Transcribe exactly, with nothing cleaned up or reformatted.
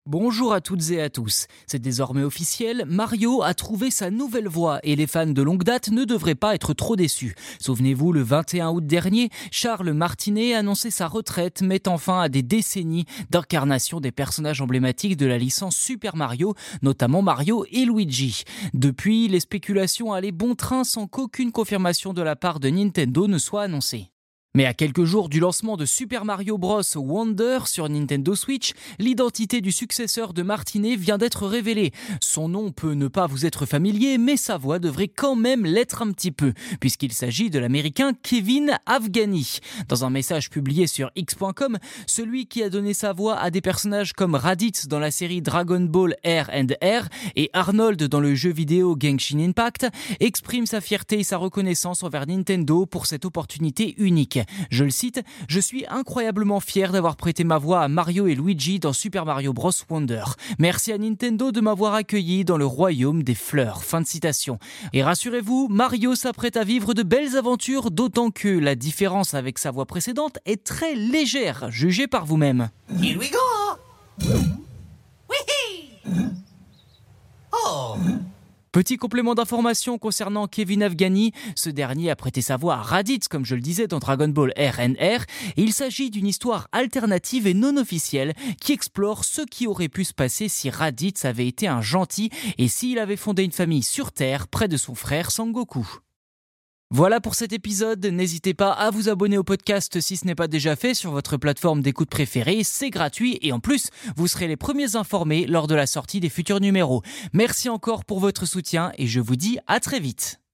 Bonjour à toutes et à tous. C'est désormais officiel, Mario a trouvé sa nouvelle voix et les fans de longue date ne devraient pas être trop déçus. Souvenez-vous, le vingt et un août dernier, Charles Martinet annonçait sa retraite, mettant fin à des décennies d'incarnation des personnages emblématiques de la licence Super Mario, notamment Mario et Luigi. Depuis, les spéculations allaient bon train sans qu'aucune confirmation de la part de Nintendo ne soit annoncée. Mais à quelques jours du lancement de Super Mario Bros. Wonder sur Nintendo Switch, l'identité du successeur de Martinet vient d'être révélée. Son nom peut ne pas vous être familier, mais sa voix devrait quand même l'être un petit peu, puisqu'il s'agit de l'américain Kevin Afghani. Dans un message publié sur X point com, celui qui a donné sa voix à des personnages comme Raditz dans la série Dragon Ball R and R et Arnold dans le jeu vidéo Genshin Impact exprime sa fierté et sa reconnaissance envers Nintendo pour cette opportunité unique. Je le cite, « Je suis incroyablement fier d'avoir prêté ma voix à Mario et Luigi dans Super Mario Bros. Wonder. Merci à Nintendo de m'avoir accueilli dans le royaume des fleurs. » Fin de citation. Et rassurez-vous, Mario s'apprête à vivre de belles aventures, d'autant que la différence avec sa voix précédente est très légère. Jugez par vous-même. Here we go! Whee! Oh! Petit complément d'information concernant Kevin Afghani, ce dernier a prêté sa voix à Raditz, comme je le disais, dans Dragon Ball R and R, et il s'agit d'une histoire alternative et non officielle qui explore ce qui aurait pu se passer si Raditz avait été un gentil et s'il avait fondé une famille sur Terre près de son frère Sangoku. Voilà pour cet épisode, n'hésitez pas à vous abonner au podcast si ce n'est pas déjà fait sur votre plateforme d'écoute préférée, c'est gratuit et en plus, vous serez les premiers informés lors de la sortie des futurs numéros. Merci encore pour votre soutien et je vous dis à très vite.